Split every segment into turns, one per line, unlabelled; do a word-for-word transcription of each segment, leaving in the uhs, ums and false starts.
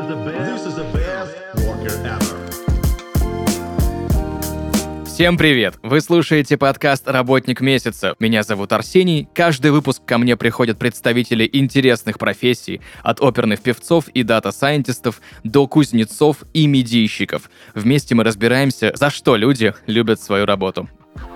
This is the best worker ever.
Всем привет! Вы слушаете подкаст «Работник месяца». Меня зовут Арсений. Каждый выпуск ко мне приходят представители интересных профессий, от оперных певцов и дата-сайентистов до кузнецов и медийщиков. Вместе мы разбираемся, за что люди любят свою работу.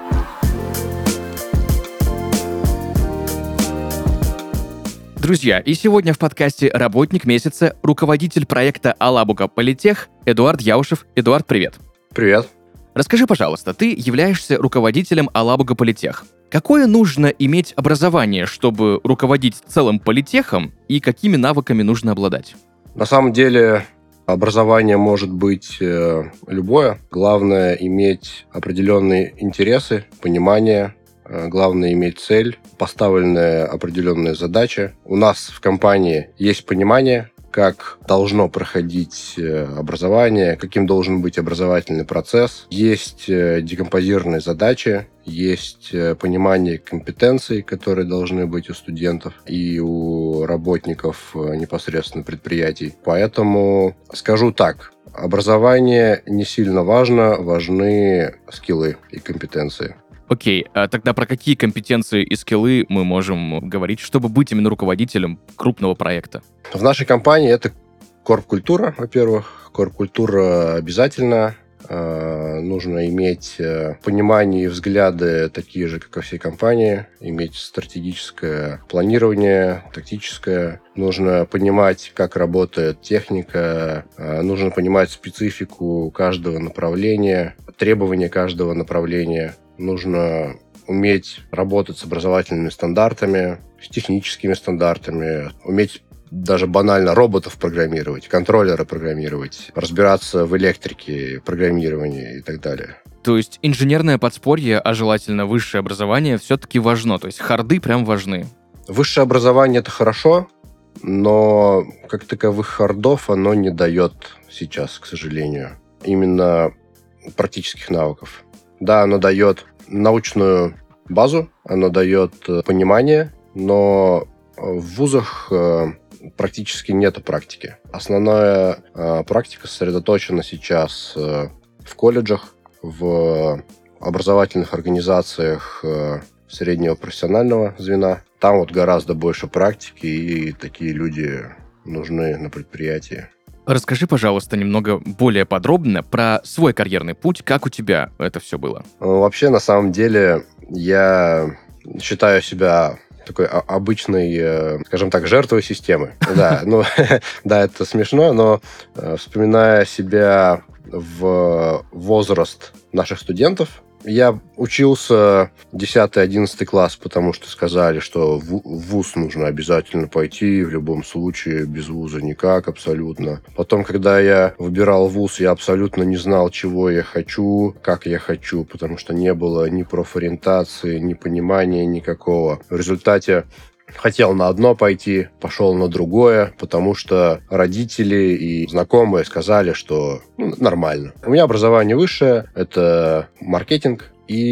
Друзья, и сегодня в подкасте «Работник месяца» руководитель проекта «Алабуга Политех» Эдуард Яушев. Эдуард, привет!
Привет!
Расскажи, пожалуйста, ты являешься руководителем Алабуга Политех. Какое нужно иметь образование, чтобы руководить целым политехом, и какими навыками нужно обладать?
На самом деле образование может быть э, любое. Главное иметь определенные интересы, понимание. Э, главное иметь цель, поставленные определенные задачи. У нас в компании есть понимание, как должно проходить образование, каким должен быть образовательный процесс. Есть декомпозированные задачи, есть понимание компетенций, которые должны быть у студентов и у работников непосредственно предприятий. Поэтому скажу так, образование не сильно важно, важны скиллы и компетенции.
Окей, а тогда про какие компетенции и скиллы мы можем говорить, чтобы быть именно руководителем крупного проекта?
В нашей компании это корп-культура, во-первых. Корп-культура обязательно. Э, нужно иметь понимание и взгляды такие же, как и всей компании. Иметь стратегическое планирование, тактическое. Нужно понимать, как работает техника. Э, нужно понимать специфику каждого направления, требования каждого направления. Нужно уметь работать с образовательными стандартами, с техническими стандартами, уметь даже банально роботов программировать, контроллеры программировать, разбираться в электрике, программировании и так далее.
То есть инженерное подспорье, а желательно высшее образование, все-таки важно, то есть харды прям важны.
Высшее образование – это хорошо, но как таковых хардов оно не дает сейчас, к сожалению. Именно практических навыков. Да, оно дает научную базу, оно дает понимание, но в вузах практически нет практики. Основная практика сосредоточена сейчас в колледжах, в образовательных организациях среднего профессионального звена. Там вот гораздо больше практики, и такие люди нужны на предприятии.
Расскажи, пожалуйста, немного более подробно про свой карьерный путь, как у тебя это все было.
Вообще, на самом деле, я считаю себя такой обычной, скажем так, жертвой системы. Да, ну, да, это смешно, но вспоминая себя в возраст наших студентов, я учился десятый-одиннадцатый класс, потому что сказали, что в вуз нужно обязательно пойти, в любом случае, без вуза никак, абсолютно. Потом, когда я выбирал вуз, я абсолютно не знал, чего я хочу, как я хочу, потому что не было ни профориентации, ни понимания никакого. В результате хотел на одно пойти, пошел на другое, потому что родители и знакомые сказали, что ну, нормально. У меня образование высшее, это маркетинг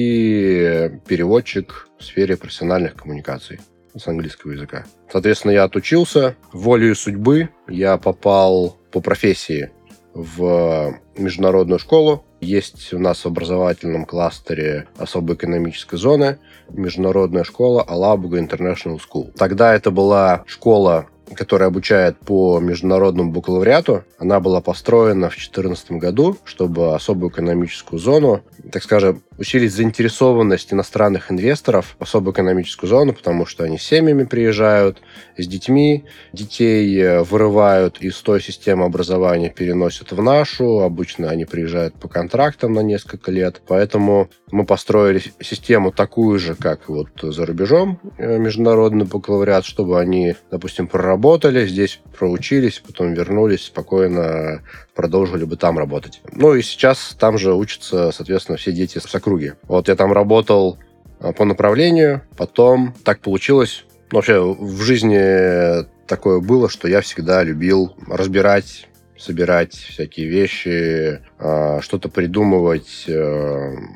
и переводчик в сфере профессиональных коммуникаций с английского языка. Соответственно, я отучился. Волею судьбы я попал по профессии в международную школу. Есть у нас в образовательном кластере особой экономической зоны международная школа Алабуга International School. Тогда это была школа, которая обучает по международному бакалавриату. Она была построена в две тысячи четырнадцатом году, чтобы особую экономическую зону, так скажем, усилить заинтересованность иностранных инвесторов в особую экономическую зону, потому что они с семьями приезжают, с детьми, детей вырывают из той системы образования, переносят в нашу. Обычно они приезжают по контрактам на несколько лет. Поэтому мы построили систему такую же, как вот за рубежом, международный бакалавриат, чтобы они, допустим, проработали, здесь проучились, потом вернулись, спокойно продолжили бы там работать. Ну и сейчас там же учатся, соответственно, все дети с округи. Вот я там работал по направлению, потом так получилось. Ну, вообще в жизни такое было, что я всегда любил разбирать, собирать всякие вещи, что-то придумывать,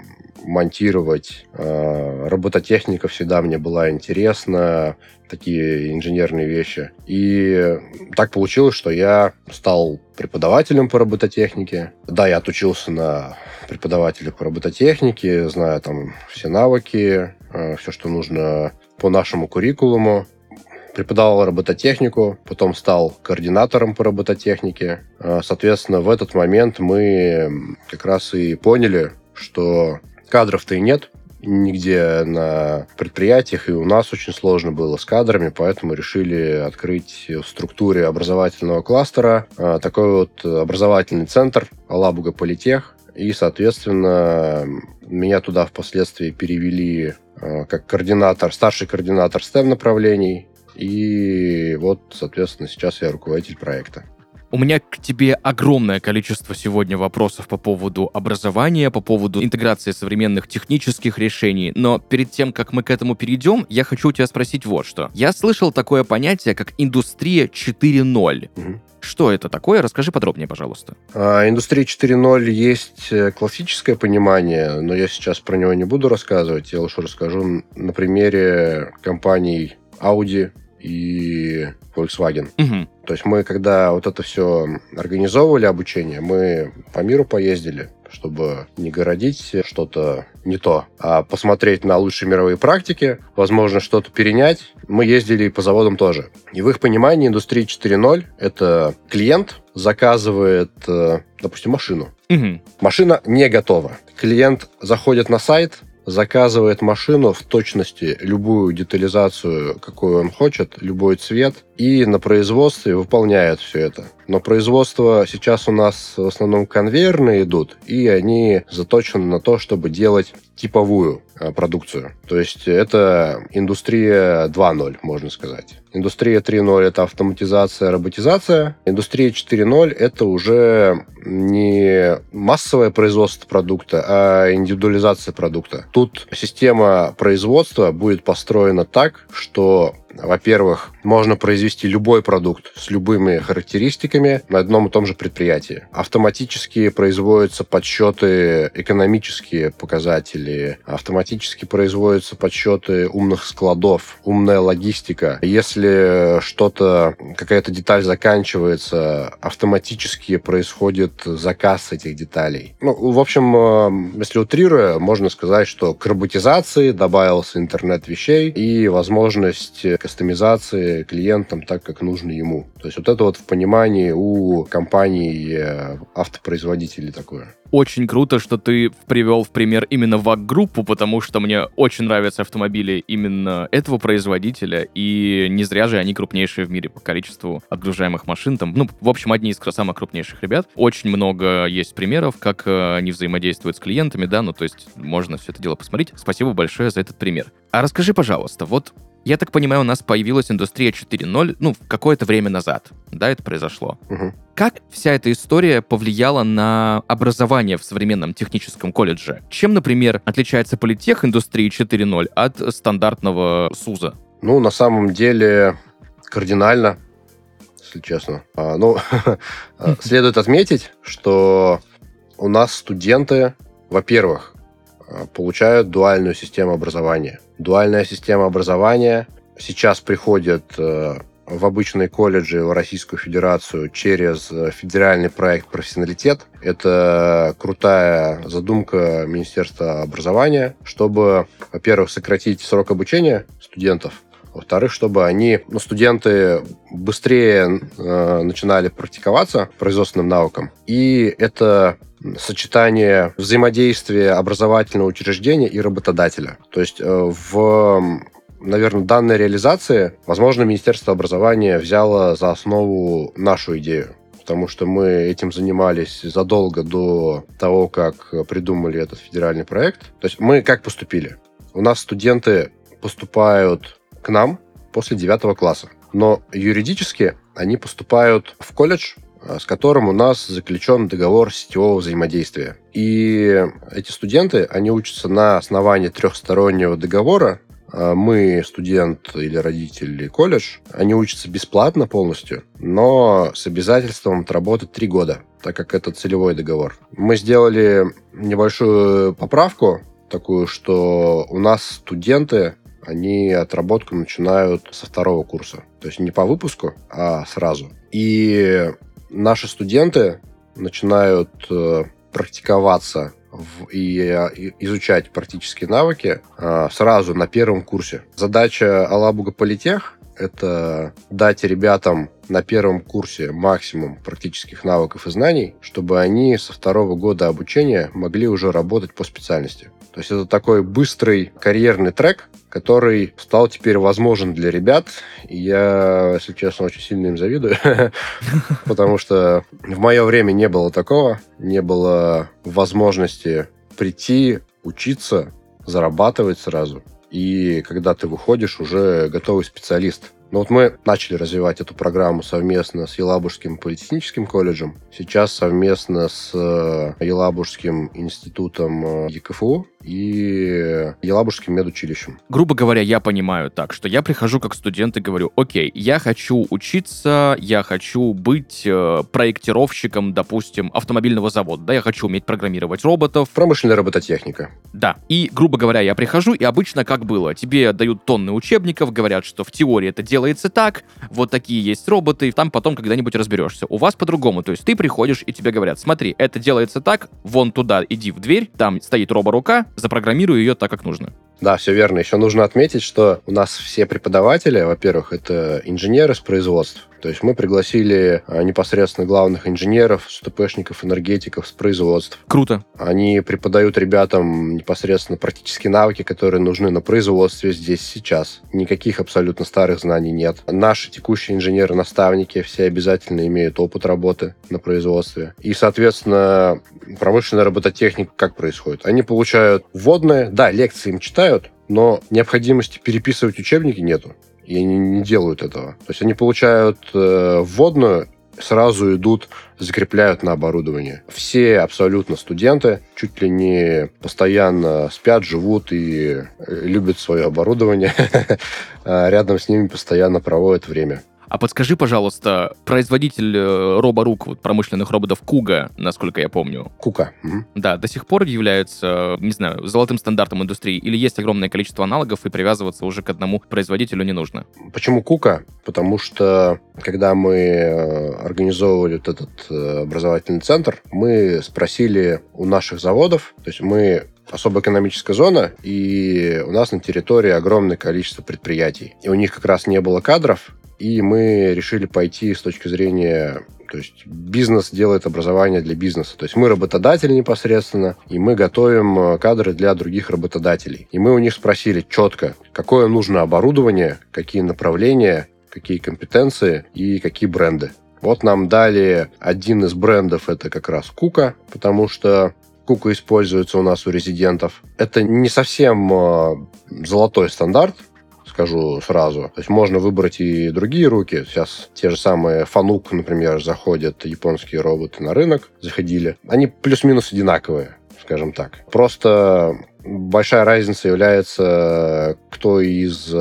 монтировать. Робототехника всегда мне была интересна, такие инженерные вещи. И так получилось, что я стал преподавателем по робототехнике. Да, я отучился на преподавателя по робототехнике, знаю там все навыки, все, что нужно по нашему куррикулуму. Преподавал робототехнику, потом стал координатором по робототехнике. Соответственно, в этот момент мы как раз и поняли, что кадров-то и нет нигде на предприятиях, и у нас очень сложно было с кадрами, поэтому решили открыть в структуре образовательного кластера такой вот образовательный центр Алабуга Политех. И, соответственно, меня туда впоследствии перевели как координатор, старший координатор STEM-направлений. И вот, соответственно, сейчас я руководитель проекта.
У меня к тебе огромное количество сегодня вопросов по поводу образования, по поводу интеграции современных технических решений. Но перед тем, как мы к этому перейдем, я хочу у тебя спросить вот что. Я слышал такое понятие, как индустрия четыре ноль. Угу. Что это такое? Расскажи подробнее, пожалуйста.
А, индустрия четыре ноль есть классическое понимание, но я сейчас про него не буду рассказывать. Я лучше расскажу на примере компаний Audi и Volkswagen. Угу. То есть мы, когда вот это все организовывали, обучение, мы по миру поездили, чтобы не городить что-то не то, а посмотреть на лучшие мировые практики, возможно, что-то перенять. Мы ездили по заводам тоже. И в их понимании индустрия четыре ноль – это клиент заказывает, допустим, машину. Угу. Машина не готова. Клиент заходит на сайт, заказывает машину в точности, любую детализацию, какую он хочет, любой цвет, и на производстве выполняет все это. Но производство сейчас у нас в основном конвейерные идут, и они заточены на то, чтобы делать типовую продукцию. То есть это индустрия два ноль, можно сказать. Индустрия три ноль – это автоматизация, роботизация. Индустрия четыре ноль – это уже не массовое производство продукта, а индивидуализация продукта. Тут система производства будет построена так, что, во-первых, можно произвести любой продукт с любыми характеристиками на одном и том же предприятии. Автоматически производятся подсчеты, экономические показатели, автоматически производятся подсчеты умных складов, умная логистика. Если что-то, какая-то деталь заканчивается, автоматически происходит заказ этих деталей. Ну, в общем, если утрируя, можно сказать, что к роботизации добавился интернет вещей и возможность кастомизации клиентам так, как нужно ему. То есть вот это вот в понимании у компаний, автопроизводителей такое.
Очень круто, что ты привел в пример именно ВАГ-группу, потому что мне очень нравятся автомобили именно этого производителя, и не зря же они крупнейшие в мире по количеству отгружаемых машин. Там, ну, в общем, одни из самых крупнейших ребят. Очень много есть примеров, как они взаимодействуют с клиентами, да, ну, то есть можно все это дело посмотреть. Спасибо большое за этот пример. А расскажи, пожалуйста, вот я так понимаю, у нас появилась индустрия четыре ноль, ну, какое-то время назад, да, это произошло. Угу. Как вся эта история повлияла на образование в современном техническом колледже? Чем, например, отличается политех индустрии четыре ноль от стандартного СУЗа?
Ну, на самом деле, кардинально, если честно. А, ну, следует отметить, что у нас студенты, во-первых, получают дуальную систему образования. Дуальная система образования сейчас приходит в обычные колледжи в Российскую Федерацию через федеральный проект «Профессионалитет». Это крутая задумка Министерства образования, чтобы, во-первых, сократить срок обучения студентов, во-вторых, чтобы они, ну, студенты быстрее э, начинали практиковаться производственным навыкам. И это сочетание взаимодействия образовательного учреждения и работодателя. То есть э, в, наверное, данной реализации, возможно, Министерство образования взяло за основу нашу идею. Потому что мы этим занимались задолго до того, как придумали этот федеральный проект. То есть мы как поступили? У нас студенты поступают к нам после девятого класса. Но юридически они поступают в колледж, с которым у нас заключен договор сетевого взаимодействия. И эти студенты, они учатся на основании трехстороннего договора. Мы, студент или родитель, или колледж, они учатся бесплатно полностью, но с обязательством отработать три года, так как это целевой договор. Мы сделали небольшую поправку, такую, что у нас студенты, они отработку начинают со второго курса. То есть не по выпуску, а сразу. И наши студенты начинают э, практиковаться в, и, и изучать практические навыки э, сразу на первом курсе. Задача Алабуга Политех – это дать ребятам на первом курсе максимум практических навыков и знаний, чтобы они со второго года обучения могли уже работать по специальности. То есть это такой быстрый карьерный трек, который стал теперь возможен для ребят. И я, если честно, очень сильно им завидую, потому что в мое время не было такого, не было возможности прийти, учиться, зарабатывать сразу. И когда ты выходишь, уже готовый специалист. Но вот мы начали развивать эту программу совместно с Елабужским политехническим колледжем, сейчас совместно с Елабужским институтом ЕКФУ и Елабужским медучилищем.
Грубо говоря, я понимаю так, что я прихожу как студент и говорю: окей, я хочу учиться, я хочу быть э, проектировщиком, допустим, автомобильного завода, да, я хочу уметь программировать роботов.
Промышленная робототехника.
Да, и, грубо говоря, я прихожу, и обычно как было, тебе дают тонны учебников, говорят, что в теории это делается так, вот такие есть роботы, там потом когда-нибудь разберешься. У вас по-другому, то есть ты приходишь, и тебе говорят: смотри, это делается так, вон туда иди в дверь, там стоит роборука, запрограммируй ее так, как нужно.
Да, все верно. Еще нужно отметить, что у нас все преподаватели, во-первых, это инженеры с производств. То есть мы пригласили непосредственно главных инженеров, СТПшников, энергетиков с производств.
Круто. Они
преподают ребятам непосредственно практические навыки, которые нужны на производстве здесь, сейчас. Никаких абсолютно старых знаний нет. Наши текущие инженеры-наставники все обязательно имеют опыт работы на производстве. И, соответственно, промышленная робототехника как происходит? Они получают вводные, да, лекции им читают, но необходимости переписывать учебники нету. И они не делают этого. То есть они получают э, вводную, сразу идут, закрепляют на оборудование. Все абсолютно студенты чуть ли не постоянно спят, живут и любят свое оборудование. Рядом с ними постоянно проводят время.
А подскажи, пожалуйста, производитель э, роборук, вот, промышленных роботов Куга, насколько я помню.
Кука. Угу.
Да, до сих пор является, не знаю, золотым стандартом индустрии, или есть огромное количество аналогов, и привязываться уже к одному производителю не нужно?
Почему Кука? Потому что, когда мы организовывали вот этот образовательный центр, мы спросили у наших заводов, то есть мы особая экономическая зона, и у нас на территории огромное количество предприятий. И у них как раз не было кадров, и мы решили пойти с точки зрения... То есть бизнес делает образование для бизнеса. То есть мы работодатели непосредственно, и мы готовим кадры для других работодателей. И мы у них спросили четко, какое нужно оборудование, какие направления, какие компетенции и какие бренды. Вот нам дали один из брендов, это как раз Кука, потому что Кука используется у нас у резидентов. Это не совсем э, золотой стандарт, скажу сразу. То есть можно выбрать и другие руки. Сейчас те же самые Fanuc, например, заходят японские роботы на рынок, заходили. Они плюс-минус одинаковые, скажем так. Просто большая разница является, кто из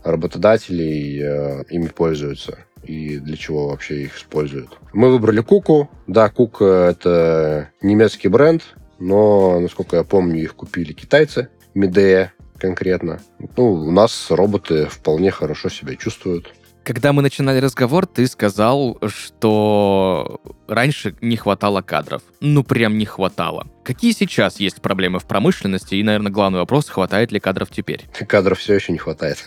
работодателей ими пользуется и для чего вообще их используют. Мы выбрали Куку. Да, Кука — это немецкий бренд, но, насколько я помню, их купили китайцы. Midea конкретно. Ну, у нас роботы вполне хорошо себя чувствуют.
Когда мы начинали разговор, ты сказал, что раньше не хватало кадров. Ну, прям не хватало. Какие сейчас есть проблемы в промышленности? И, наверное, главный вопрос, хватает ли кадров теперь?
Кадров все еще не хватает.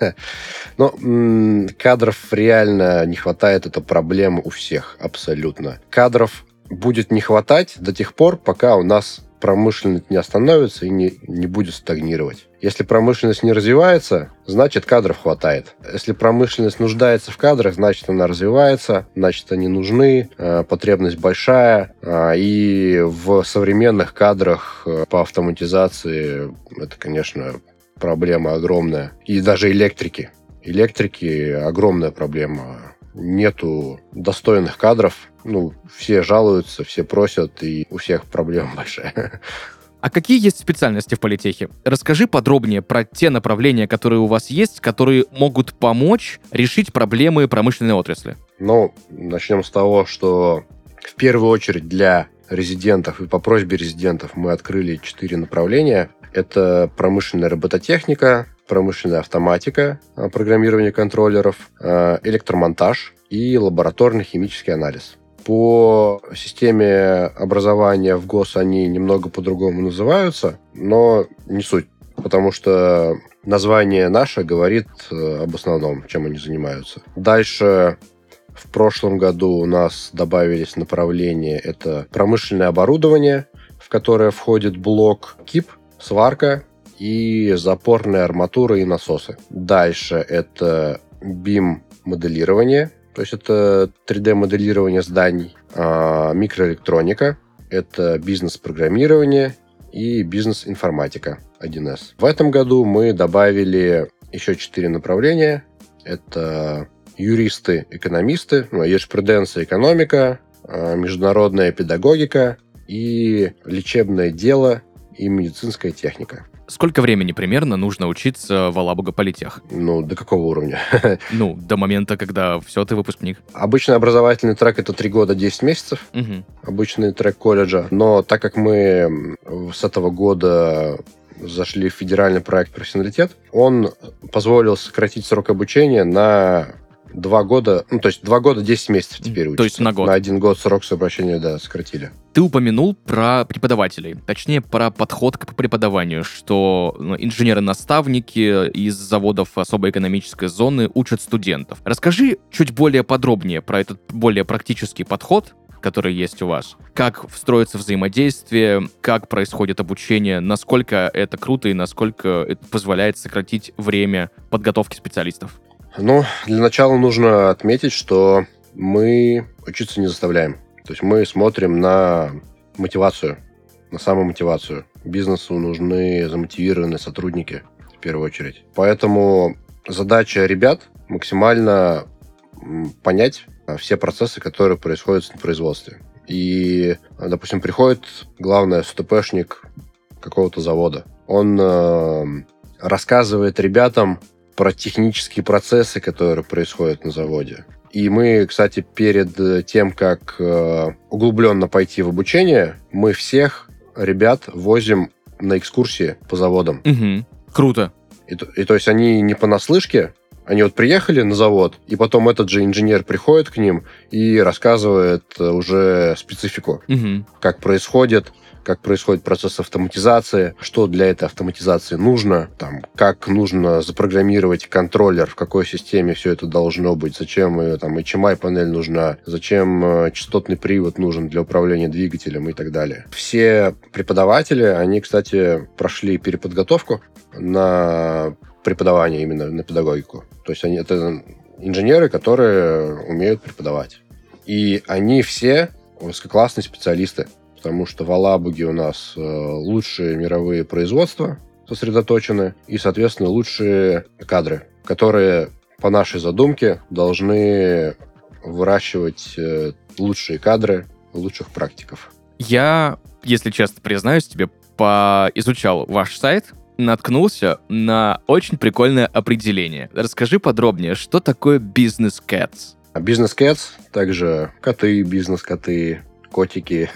Но кадров реально не хватает. Это проблема у всех абсолютно. Кадров будет не хватать до тех пор, пока у нас промышленность не остановится и не, не будет стагнировать. Если промышленность не развивается, значит, кадров хватает. Если промышленность нуждается в кадрах, значит, она развивается, значит, они нужны, э, потребность большая. Э, и в современных кадрах э, по автоматизации это, конечно, проблема огромная. И даже электрики. Электрики – огромная проблема. Нету достойных кадров. Ну, все жалуются, все просят, и у всех проблема большая.
А какие есть специальности в политехе? Расскажи подробнее про те направления, которые у вас есть, которые могут помочь решить проблемы промышленной отрасли.
Ну, начнем с того, что в первую очередь для резидентов и по просьбе резидентов мы открыли четыре направления. Это промышленная робототехника, промышленная автоматика, программирование контроллеров, электромонтаж и лабораторный химический анализ. По системе образования в ГОС они немного по-другому называются, но не суть, потому что название наше говорит об основном, чем они занимаются. Дальше в прошлом году у нас добавились направления. Это промышленное оборудование, в которое входит блок КИП, сварка и запорная арматура и насосы. Дальше это бим-моделирование, то есть это три дэ-моделирование зданий, а, микроэлектроника, это бизнес-программирование и бизнес-информатика один эс. В этом году мы добавили еще четыре направления. Это юристы, экономисты, ну, юриспруденция, экономика, международная педагогика и лечебное дело и медицинская техника.
Сколько времени примерно нужно учиться в Алабуга-политех?
Ну, до какого уровня?
Ну, до момента, когда все, ты выпускник.
Обычный образовательный трек — это три года, десять месяцев.
Угу.
Обычный трек колледжа. Но так как мы с этого года зашли в федеральный проект «Профессионалитет», он позволил сократить срок обучения на два года, ну, то есть два года, десять месяцев теперь учатся.
То есть на год.
На один год срок обучения, да, сократили.
Ты упомянул про преподавателей, точнее, про подход к преподаванию, что ну, инженеры-наставники из заводов особой экономической зоны учат студентов. Расскажи чуть более подробнее про этот более практический подход, который есть у вас. Как встроится взаимодействие, как происходит обучение, насколько это круто и насколько это позволяет сократить время подготовки специалистов.
Ну, для начала нужно отметить, что мы учиться не заставляем. То есть мы смотрим на мотивацию, на самомотивацию. Бизнесу нужны замотивированные сотрудники, в первую очередь. Поэтому задача ребят максимально понять все процессы, которые происходят на производстве. И, допустим, приходит, главное, СТПшник какого-то завода. Он э, рассказывает ребятам про технические процессы, которые происходят на заводе. И мы, кстати, перед тем, как э, углубленно пойти в обучение, мы всех ребят возим на экскурсии по заводам.
Угу. Круто.
И, и то есть они не понаслышке, они вот приехали на завод, и потом этот же инженер приходит к ним и рассказывает уже специфику,
угу.
как происходит, как происходит процесс автоматизации, что для этой автоматизации нужно, там, как нужно запрограммировать контроллер, в какой системе все это должно быть, зачем там, эйч эм ай-панель нужна, зачем э, частотный привод нужен для управления двигателем и так далее. Все преподаватели, они, кстати, прошли переподготовку на преподавание именно на педагогику. То есть они, это инженеры, которые умеют преподавать. И они все высококлассные специалисты. Потому что в Алабуге у нас э, лучшие мировые производства сосредоточены и, соответственно, лучшие кадры, которые по нашей задумке должны выращивать э, лучшие кадры лучших практиков.
Я, если честно признаюсь тебе, поизучал ваш сайт, наткнулся на очень прикольное определение. Расскажи подробнее, что такое бизнес-кэтс?
Бизнес-кэтс, также коты, бизнес-коты, котики.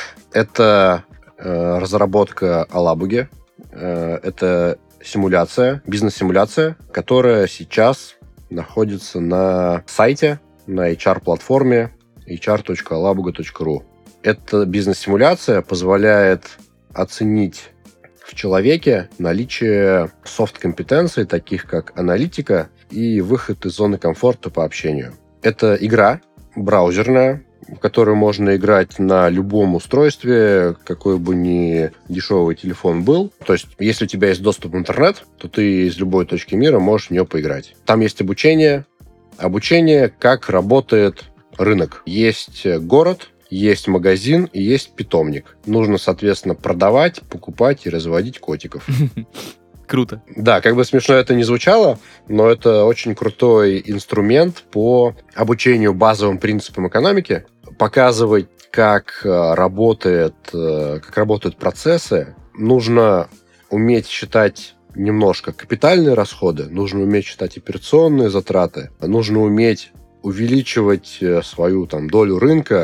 Это э, разработка Алабуги. Э, это симуляция, бизнес-симуляция, которая сейчас находится на сайте, на эйч ар-платформе эйч ар точка алабуга точка ру. Эта бизнес-симуляция позволяет оценить в человеке наличие софт-компетенций, таких как аналитика и выход из зоны комфорта по общению. Это игра браузерная, в которую можно играть на любом устройстве, какой бы ни дешевый телефон был. То есть, если у тебя есть доступ в интернет, то ты из любой точки мира можешь в нее поиграть. Там есть обучение. Обучение, как работает рынок. Есть город, есть магазин и есть питомник. Нужно, соответственно, продавать, покупать и разводить котиков.
Круто.
Да, как бы смешно это ни звучало, но это очень крутой инструмент по обучению базовым принципам экономики, показывать, как работает, как работают процессы. Нужно уметь считать немножко капитальные расходы, нужно уметь считать операционные затраты, нужно уметь увеличивать свою там долю рынка,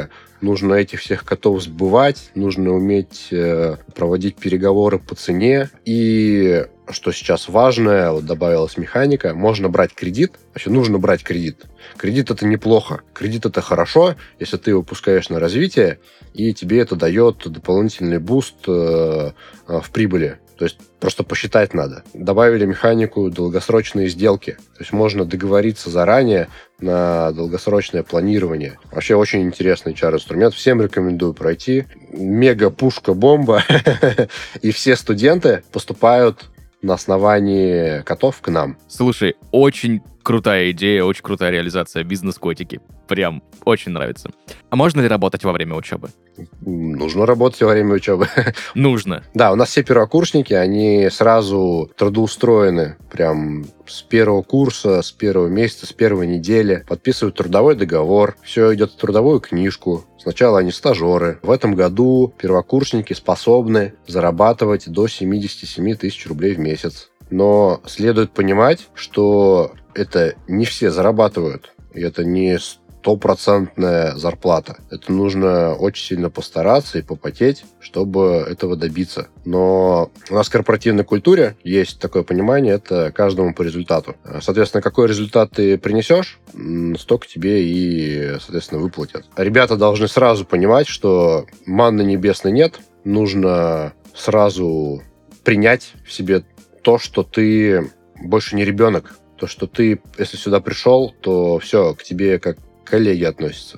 нужно этих всех котов сбывать, нужно уметь э, проводить переговоры по цене. И что сейчас важное, вот добавилась механика, можно брать кредит, вообще нужно брать кредит. Кредит это неплохо, кредит это хорошо, если ты его пускаешь на развитие, и тебе это дает дополнительный буст э, э, в прибыли. То есть просто посчитать надо. Добавили механику долгосрочные сделки. То есть можно договориться заранее на долгосрочное планирование. Вообще очень интересный эйч ар-инструмент. Всем рекомендую пройти. Мега-пушка-бомба. И все студенты поступают на основании котов к нам.
Слушай, очень крутая идея, очень крутая реализация. Бизнес-котики. Прям очень нравится. А можно ли работать во время учебы?
Нужно работать во время учебы.
Нужно.
Да, у нас все первокурсники, они сразу трудоустроены прям с первого курса, с первого месяца, с первой недели. Подписывают трудовой договор, все идет в трудовую книжку. Сначала они стажеры. В этом году первокурсники способны зарабатывать до семьдесят семь тысяч рублей в месяц. Но следует понимать, что это не все зарабатывают. И это не стопроцентная зарплата. Это нужно очень сильно постараться и попотеть, чтобы этого добиться. Но у нас в корпоративной культуре есть такое понимание, это каждому по результату. Соответственно, какой результат ты принесешь, столько тебе и, соответственно, выплатят. Ребята должны сразу понимать, что манны небесной нет, нужно сразу принять в себе то, что ты больше не ребенок, то, что ты, если сюда пришел, то все, к тебе как коллеги относятся.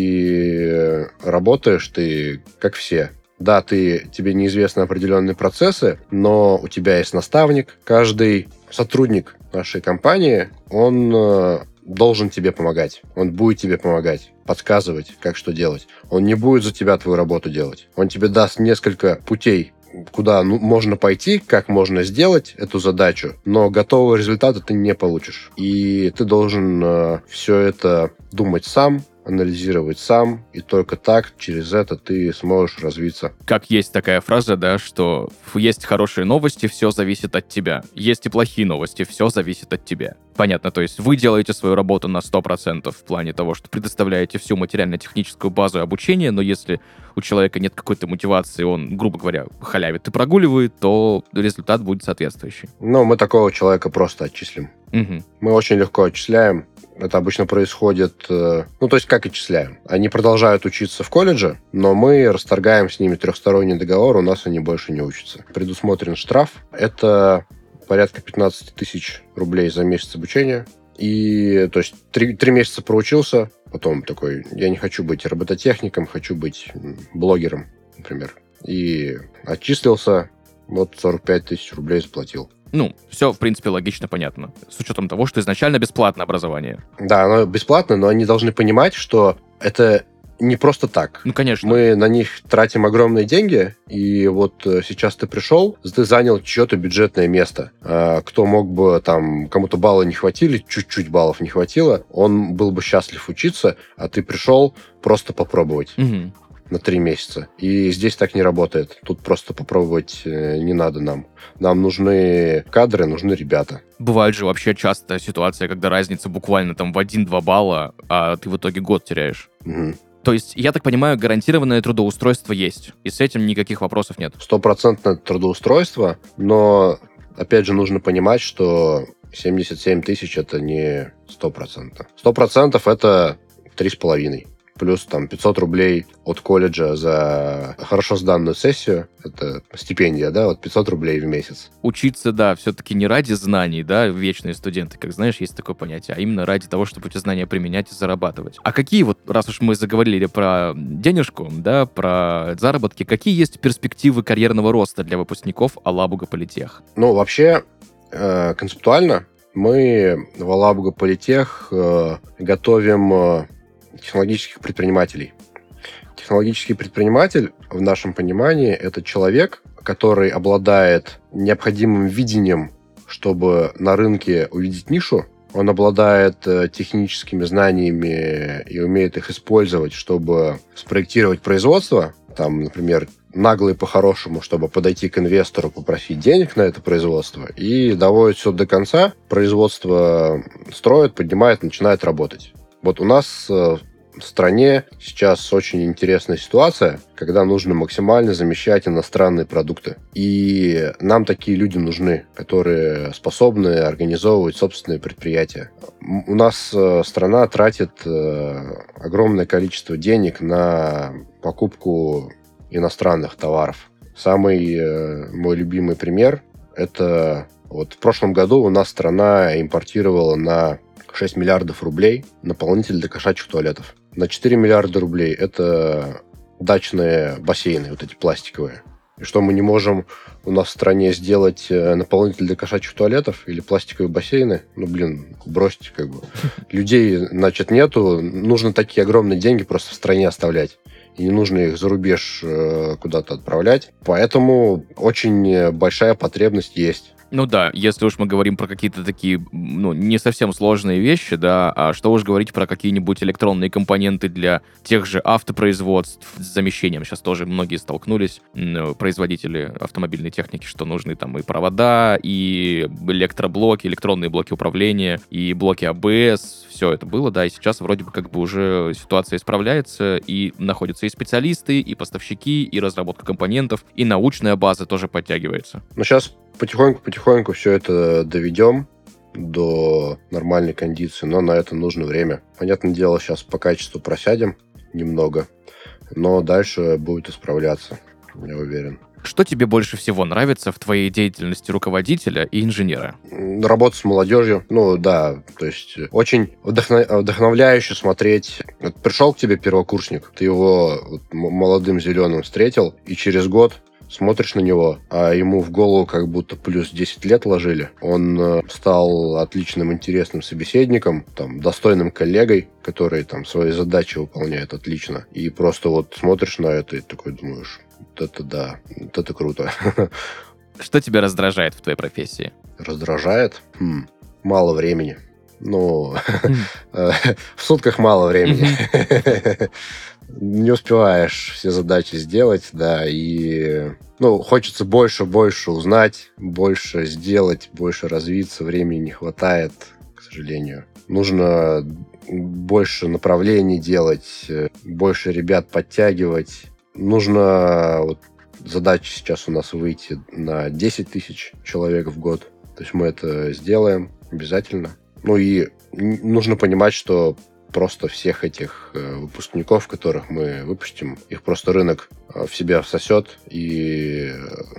И работаешь ты как все. Да, ты, тебе неизвестны определенные процессы, но у тебя есть наставник. Каждый сотрудник нашей компании, он э, должен тебе помогать. Он будет тебе помогать, подсказывать, как что делать. Он не будет за тебя твою работу делать. Он тебе даст несколько путей, куда ну, можно пойти, как можно сделать эту задачу, но готового результата ты не получишь. И ты должен э, все это думать сам, анализировать сам, и только так, через это ты сможешь развиться.
Как есть такая фраза, да, что есть хорошие новости, все зависит от тебя. Есть и плохие новости, все зависит от тебя. Понятно, то есть вы делаете свою работу на сто процентов в плане того, что предоставляете всю материально-техническую базу и обучение, но если у человека нет какой-то мотивации, он, грубо говоря, халявит и прогуливает, то результат будет соответствующий.
Но мы такого человека просто отчислим.
Угу.
Мы очень легко отчисляем. Это обычно происходит... Ну, то есть, как отчисляем? Они продолжают учиться в колледже, но мы расторгаем с ними трехсторонний договор, у нас они больше не учатся. Предусмотрен штраф. Это порядка пятнадцать тысяч рублей за месяц обучения. И, то есть, три, три месяца проучился, потом такой, я не хочу быть робототехником, хочу быть блогером, например. И отчислился, вот сорок пять тысяч рублей заплатил.
Ну, все, в принципе, логично, понятно. С учетом того, что изначально бесплатное образование.
Да, оно бесплатно, но они должны понимать, что это не просто так.
Ну, конечно.
Мы на них тратим огромные деньги, и вот сейчас ты пришел, ты занял чье-то бюджетное место. Кто мог бы, там, кому-то баллы не хватили, чуть-чуть баллов не хватило, он был бы счастлив учиться, а ты пришел просто попробовать.
Угу.
На три месяца. И здесь так не работает. Тут просто попробовать не надо нам. Нам нужны кадры, нужны ребята.
Бывает же вообще часто ситуация, когда разница буквально там в один-два балла, а ты в итоге год теряешь.
Угу.
То есть, я так понимаю, гарантированное трудоустройство есть, и с этим никаких вопросов нет.
Стопроцентное трудоустройство, но, опять же, нужно понимать, что семьдесят семь тысяч это не сто процентов. сто процентов это три с половиной. Плюс там пятьсот рублей от колледжа за хорошо сданную сессию. Это стипендия, да, вот пятьсот рублей в месяц.
Учиться, да, все-таки не ради знаний, да, вечные студенты, как знаешь, есть такое понятие, а именно ради того, чтобы эти знания применять и зарабатывать. А какие вот, раз уж мы заговорили про денежку, да, про заработки, какие есть перспективы карьерного роста для выпускников Алабуга Политех?
Ну, вообще, э, концептуально мы в Алабуга Политех э, готовим... Э, технологических предпринимателей. Технологический предприниматель, в нашем понимании, это человек, который обладает необходимым видением, чтобы на рынке увидеть нишу. Он обладает техническими знаниями и умеет их использовать, чтобы спроектировать производство. Там, например, наглый по-хорошему, чтобы подойти к инвестору, попросить денег на это производство, и доводит все до конца. Производство строит, поднимает, начинает работать. Вот у нас в стране сейчас очень интересная ситуация, когда нужно максимально замещать иностранные продукты. И нам такие люди нужны, которые способны организовывать собственные предприятия. У нас страна тратит огромное количество денег на покупку иностранных товаров. Самый мой любимый пример – это вот в прошлом году у нас страна импортировала на шесть миллиардов рублей наполнитель для кошачьих туалетов. На четыре миллиарда рублей это дачные бассейны, вот эти пластиковые. И что мы не можем у нас в стране сделать наполнитель для кошачьих туалетов или пластиковые бассейны? Ну, блин, бросьте как бы. Людей, значит, нету. Нужно такие огромные деньги просто в стране оставлять. И не нужно их за рубеж куда-то отправлять. Поэтому очень большая потребность есть.
Ну да, если уж мы говорим про какие-то такие, ну, не совсем сложные вещи, да, а что уж говорить про какие-нибудь электронные компоненты для тех же автопроизводств с замещением. Сейчас тоже многие столкнулись, производители автомобильной техники, что нужны там и провода, и электроблоки, электронные блоки управления, и блоки а бэ эс, все это было, да, и сейчас вроде бы как бы уже ситуация исправляется, и находятся и специалисты, и поставщики, и разработка компонентов, и научная база тоже подтягивается.
Ну, сейчас потихоньку-потихоньку все это доведем до нормальной кондиции, но на это нужно время. Понятное дело, сейчас по качеству просядем немного, но дальше будет исправляться, я уверен.
Что тебе больше всего нравится в твоей деятельности руководителя и инженера?
Работа с молодежью, ну да, то есть очень вдохно... вдохновляюще смотреть. Вот пришел к тебе первокурсник, ты его вот молодым зеленым встретил, и через год смотришь на него, а ему в голову как будто плюс десять лет ложили. Он стал отличным, интересным собеседником, там, достойным коллегой, который там свои задачи выполняет отлично. И просто вот смотришь на это и такой думаешь, вот это да, вот это круто.
Что тебя раздражает в твоей профессии?
Раздражает? Хм, мало времени. Ну, в сутках мало времени. Не успеваешь все задачи сделать, да, и, ну, хочется больше, больше узнать, больше сделать, больше развиться, времени не хватает, к сожалению. Нужно больше направлений делать, больше ребят подтягивать. Нужно, вот, задача сейчас у нас выйти на десять тысяч человек в год, то есть мы это сделаем обязательно. Ну и нужно понимать, что просто всех этих выпускников, которых мы выпустим, их просто рынок в себя всосет и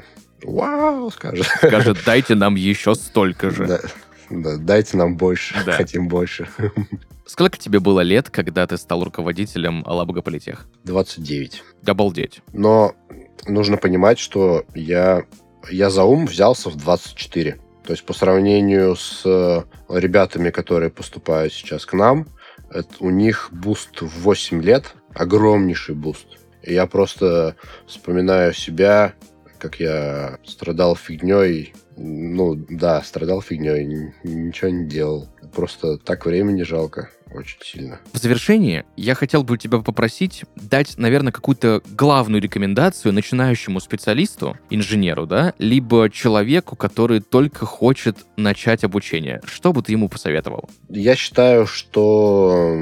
вау, скажет.
Скажет, дайте нам еще столько же.
Да, да, дайте нам больше,
да.
Хотим больше.
Сколько тебе было лет, когда ты стал руководителем Алабуга Политех?
двадцать девять.
Обалдеть.
Но нужно понимать, что я, я за ум взялся в двадцать четыре. То есть по сравнению с ребятами, которые поступают сейчас к нам, это, у них буст в восемь лет, огромнейший буст. И я просто вспоминаю себя, как я страдал фигней. Ну, да, страдал фигней, ничего не делал. Просто так времени жалко. Очень сильно.
В завершении я хотел бы тебя попросить дать, наверное, какую-то главную рекомендацию начинающему специалисту, инженеру, да, либо человеку, который только хочет начать обучение. Что бы ты ему посоветовал? Я
считаю, что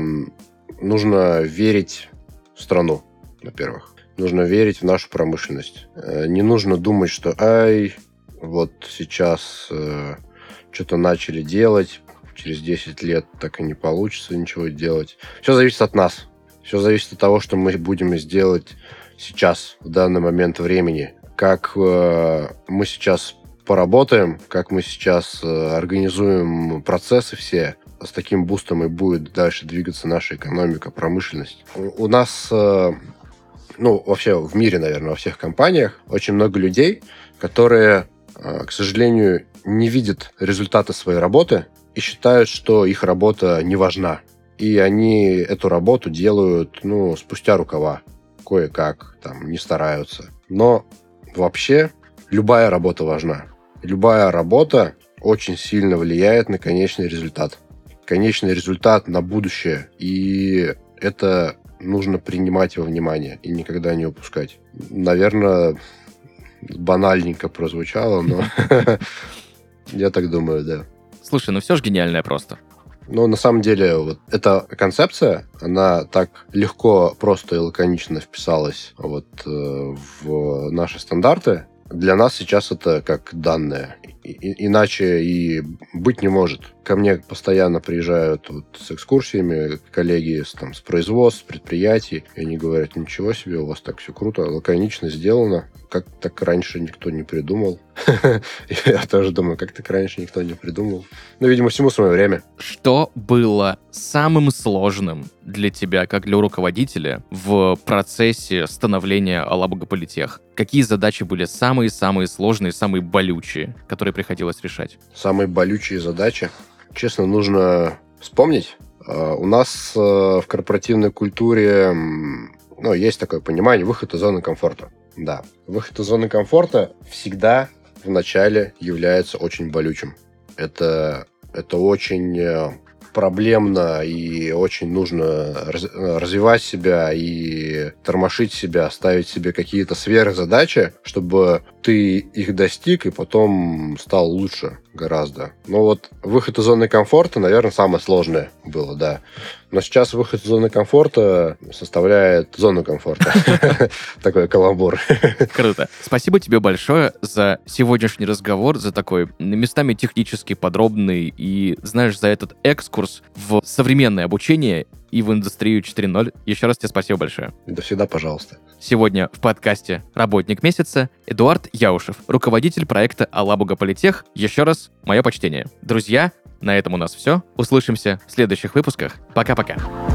нужно верить в страну, во-первых. Нужно верить в нашу промышленность. Не нужно думать, что ай, вот сейчас э, что-то начали делать, через десять лет так и не получится ничего делать. Все зависит от нас. Все зависит от того, что мы будем сделать сейчас, в данный момент времени. Как э, мы сейчас поработаем, как мы сейчас э, организуем процессы все, с таким бустом и будет дальше двигаться наша экономика, промышленность. У, у нас, э, ну, вообще в мире, наверное, во всех компаниях очень много людей, которые, э, к сожалению, не видят результаты своей работы, и считают, что их работа не важна. И они эту работу делают, ну, спустя рукава. Кое-как, там, не стараются. Но вообще любая работа важна. Любая работа очень сильно влияет на конечный результат. Конечный результат на будущее. И это нужно принимать во внимание и никогда не упускать. Наверное, банальненько прозвучало, но я так думаю, да.
Слушай, ну все же гениальное просто.
Но на самом деле вот эта концепция, она так легко, просто и лаконично вписалась вот э, в наши стандарты. Для нас сейчас это как данное. И, и, иначе и быть не может. Ко мне постоянно приезжают вот с экскурсиями коллеги с, там, с производств, с предприятий, и они говорят, ничего себе, у вас так все круто, лаконично сделано. Как так раньше никто не придумал? Я тоже думаю, как так раньше никто не придумал. Ну, видимо, всему свое время.
Что было самым сложным для тебя, как для руководителя, в процессе становления Алабуга-Политех? Какие задачи были самые-самые сложные, самые болючие, которые приходилось решать?
Самые болючие задачи? Честно, нужно вспомнить. У нас в корпоративной культуре, ну, есть такое понимание, выход из зоны комфорта. Да, выход из зоны комфорта всегда вначале является очень болючим. Это, это очень проблемно и очень нужно раз, развивать себя и тормошить себя, ставить себе какие-то сверхзадачи, чтобы ты их достиг и потом стал лучше гораздо. Но вот выход из зоны комфорта, наверное, самое сложное было, да. Но сейчас выход из зоны комфорта составляет зону комфорта. Такой каламбур.
Круто. Спасибо тебе большое за сегодняшний разговор, за такой местами технически подробный и, знаешь, за этот экскурс в современное обучение и в индустрию четыре ноль. Еще раз тебе спасибо большое.
Да всегда пожалуйста.
Сегодня в подкасте «Работник месяца» Эдуард Яушев, руководитель проекта Алабуга-Политех. Еще раз мое почтение. Друзья, на этом у нас все. Услышимся в следующих выпусках. Пока-пока.